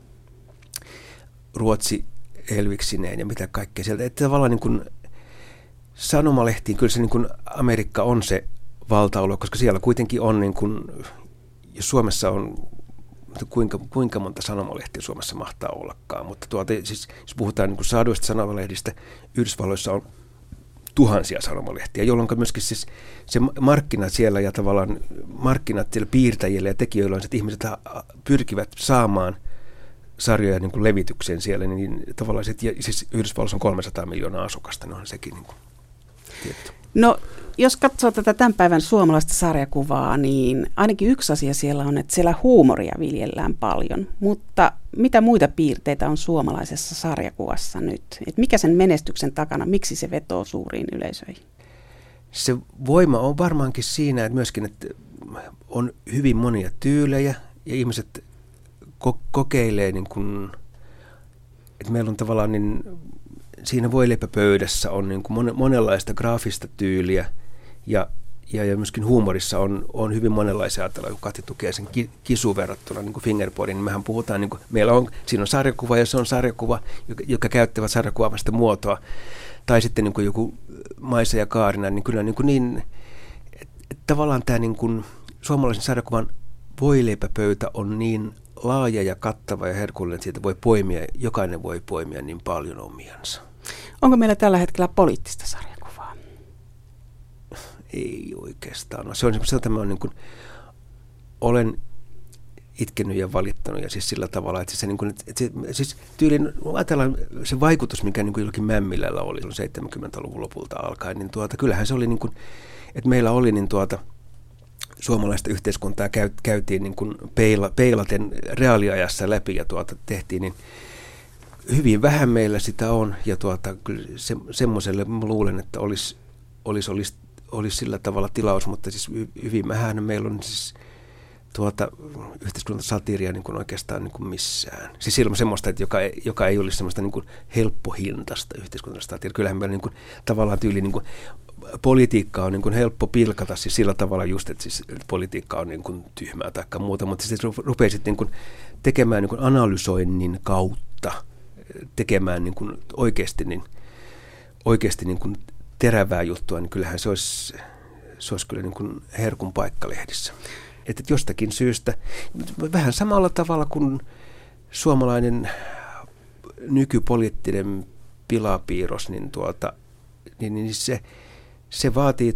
Ruotsi elviksineen ja mitä kaikkea sieltä. Että tavallaan niin kuin sanomalehtiin kyllä se niin kuin Amerikka on se valta-alue, koska siellä kuitenkin on niin kuin, jos Suomessa on kuinka monta sanomalehtiä Suomessa mahtaa ollakaan, mutta siis, jos puhutaan niin kuin saaduista sanomalehdistä, Yhdysvalloissa on tuhansia sanomalehtiä, jolloin myöskin siis se markkinat siellä ja tavallaan markkinat siellä piirtäjille ja tekijöillä on, että ihmiset pyrkivät saamaan sarjoja niin kuin levitykseen siellä, niin tavallaan siis Yhdysvalloissa on 300 miljoonaa asukasta, niin on sekin niin kuin tietty. No, jos katsoo tätä tämän päivän suomalaista sarjakuvaa, niin ainakin yksi asia siellä on, että siellä huumoria viljellään paljon, mutta mitä muita piirteitä on suomalaisessa sarjakuvassa nyt? Et mikä sen menestyksen takana, miksi se vetoo suuriin yleisöihin? Se voima on varmaankin siinä, että myöskin että on hyvin monia tyylejä ja ihmiset kokeilee, niin kuin, että meillä on tavallaan niin, siinä voileipäpöydässä on niin kuin monenlaista graafista tyyliä ja myöskin huumorissa on hyvin monenlaisia ajatella, kun Kati tukee sen Kisu verrattuna niin kuin Fingerboardiin, niin mehän puhutaan, niin kuin, siinä on sarjakuva ja se on sarjakuva, joka käyttävät sarjakuvaamasta muotoa, tai sitten niin kuin joku Maisa ja Kaarina, niin kyllä niin että tavallaan tämä niin kuin suomalaisen sarjakuvan voileipäpöytä on niin laaja ja kattava ja herkullinen, että siitä jokainen voi poimia niin paljon omiansa. Onko meillä tällä hetkellä poliittista sarjakuvaa? Ei oikeastaan. No, se on semmoista, että olen itkenyt ja valittanut ja siis sillä tavalla, että siis tyylin, ajatellaan se vaikutus, mikä niin kuin jollakin Mämmilällä oli 70-luvun lopulta alkaen, niin kyllähän se oli niin kuin, että meillä oli niin suomalaista yhteiskuntaa käytiin niin kuin peilaten reaaliajassa läpi ja tehtiin niin hyvin vähän meillä sitä on, ja kyllä semmoiselle mä luulen, että olisi sillä tavalla tilaus, mutta siis hyvin vähän meillä on siis yhteiskuntasatiiria niin kuin oikeastaan niin kuin missään. Siis ilman semmoista, että joka ei olisi semmoista niin kuin helppohintaista yhteiskuntasatiiria. Kyllähän meillä niin kuin, tavallaan tyyli niin kuin, politiikka on niin kuin helppo pilkata siis sillä tavalla just, että siis politiikka on niin kuin tyhmää tai muuta, mutta sitten rupeaa sitten niin kuin tekemään niin kuin analysoinnin kautta, tekemään niin kuin oikeasti niin kuin terävää juttua, niin kyllähän se olisi kyllä niin kuin herkun paikka lehdissä. Että jostakin syystä, vähän samalla tavalla kuin suomalainen nykypoliittinen pilapiirros, niin, niin se vaatii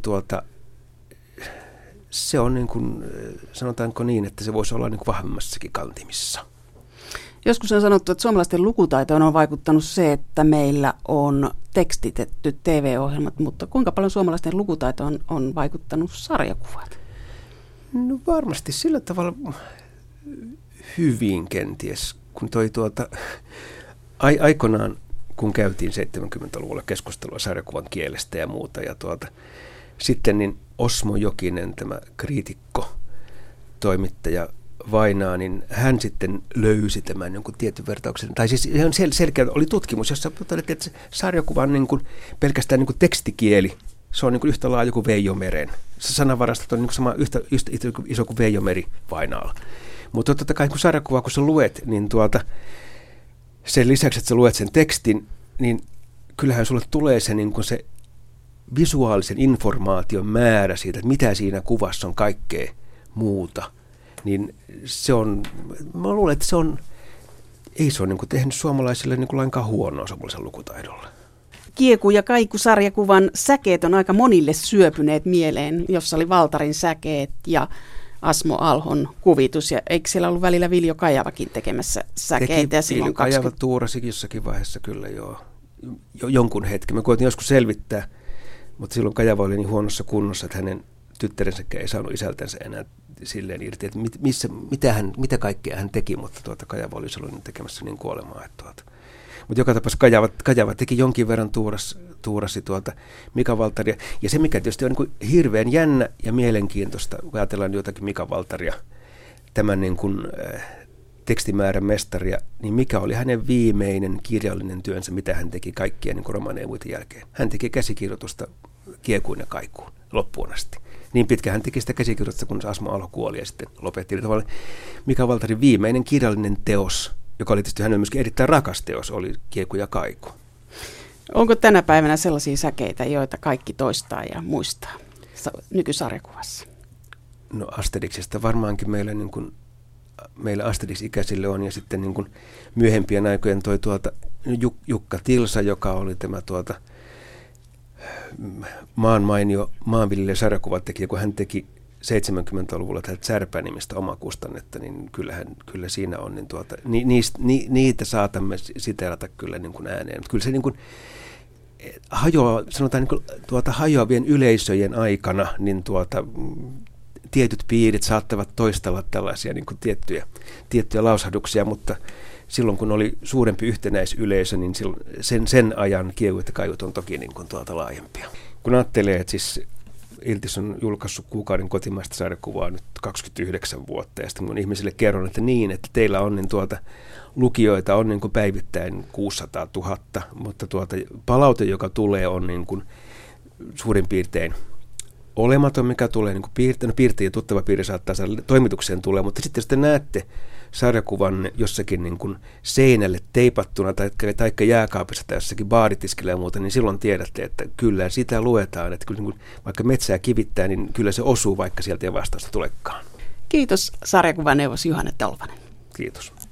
se on niin kuin, sanotaanko niin, että se voisi olla niin kuin vahvemmassakin kantimissa. Joskus on sanottu, että suomalaisten lukutaitoon on vaikuttanut se, että meillä on tekstitetty TV-ohjelmat, mutta kuinka paljon suomalaisten lukutaitoon on vaikuttanut sarjakuvat? No varmasti sillä tavalla hyvin kenties, kun aikoinaan, kun käytiin 70-luvulla keskustelua sarjakuvan kielestä ja muuta, ja sitten niin Osmo Jokinen, tämä kriitikko, toimittaja Vainaa, niin hän sitten löysi tämän jonkun tietyn vertauksen. Tai siis ihan selkeä oli tutkimus, jossa todettiin, että sarjakuva on niin kuin pelkästään niin kuin tekstikieli. Se on niin kuin yhtä laaja kuin Veijo-meren. Se sanavarastot on niin kuin sama yhtä iso kuin Veijo-meri Vainaalla. Mutta totta kai kun sarjakuvaa, kun sä luet, niin sen lisäksi, että sä luet sen tekstin, niin kyllähän sulle tulee se, niin kuin se visuaalisen informaation määrä siitä, että mitä siinä kuvassa on kaikkea muuta. Niin se on, mä luulen, että ei se ole niin kuin tehnyt suomalaisille niin kuin lainkaan huonoa suomalaisen lukutaidolla. Kieku- ja Kaiku-sarjakuvan säkeet on aika monille syöpyneet mieleen, jossa oli Valtarin säkeet ja Asmo Alhon kuvitus. Ja eikö siellä ollut välillä Viljo Kajavakin tekemässä säkeitä? Viljo Kajava tuurasi jossakin vaiheessa kyllä jo jonkun hetken. Mä koitin joskus selvittää, mutta silloin Kajava oli niin huonossa kunnossa, että hänen tyttärensäkään ei saanut isältänsä enää silleen irti, että mitä kaikkea hän teki, mutta Kajava oli silloin tekemässä niin kuolemaa. Mutta joka tapauksessa Kajava teki jonkin verran tuurasi Mika Valtaria. Ja se, mikä tietysti on niin kuin hirveän jännä ja mielenkiintoista, kun ajatellaan jotakin Mika Valtaria, tämän niin kuin, tekstimäärän mestaria, niin mikä oli hänen viimeinen kirjallinen työnsä, mitä hän teki kaikkien niin romaneja muiden jälkeen. Hän teki käsikirjoitusta Kiekuun ja Kaikuun loppuun asti. Niin pitkä hän teki sitä käsikirjoitusta, kun Asmo Alho kuoli ja sitten lopetti. Mika Valtarin viimeinen kirjallinen teos, joka oli tietysti hänelle myöskin erittäin rakas teos, oli Kieku ja Kaiku. Onko tänä päivänä sellaisia säkeitä, joita kaikki toistaa ja muistaa nykysarjakuvassa? No Asterixista varmaankin meillä Asterix-ikäisille on, ja sitten niin kuin myöhempien aikojen Jukka Tilsa, joka oli tämä maan mainio maanviljelijä sarjakuvatekijä, kun hän teki 70-luvulla tätä Särpä-nimistä omakustannetta, niin kyllä siinä on, niin niitä saatamme siteerata kyllä niin kuin ääneen. Mutta kyllä se niin kuin sanotaan niin kuin hajoavien yleisöjen aikana, niin tietyt piirit saattavat toistella tällaisia niin kuin tiettyjä lausahduksia, mutta silloin kun oli suurempi yhtenäisyleisö, niin sen ajan Kiekut ja Kaikut on toki niin kuin laajempia. Kun ajattelee, että siis Iltis on julkaissut kuukauden kotimaista sarjakuvaa nyt 29 vuotta, ja sitten kun ihmisille kerron, että niin, että teillä on niin lukijoita on niin kuin päivittäin 600 000, mutta palaute, joka tulee, on niin kuin suurin piirtein olematon, mikä tulee niin kuin piirtäjä ja tuttava piiri saattaa saada toimitukseen tulee, mutta sitten jos te näette sarjakuvan jossakin niin kuin seinälle teipattuna tai jääkaapissa tai jossakin baaritiskillä ja muuta, niin silloin tiedätte, että kyllä sitä luetaan, että kyllä niin kuin, vaikka metsää kivittää, niin kyllä se osuu, vaikka sieltä ei vastausta tulekaan. Kiitos sarjakuvaneuvos Juhani Tolvanen. Kiitos.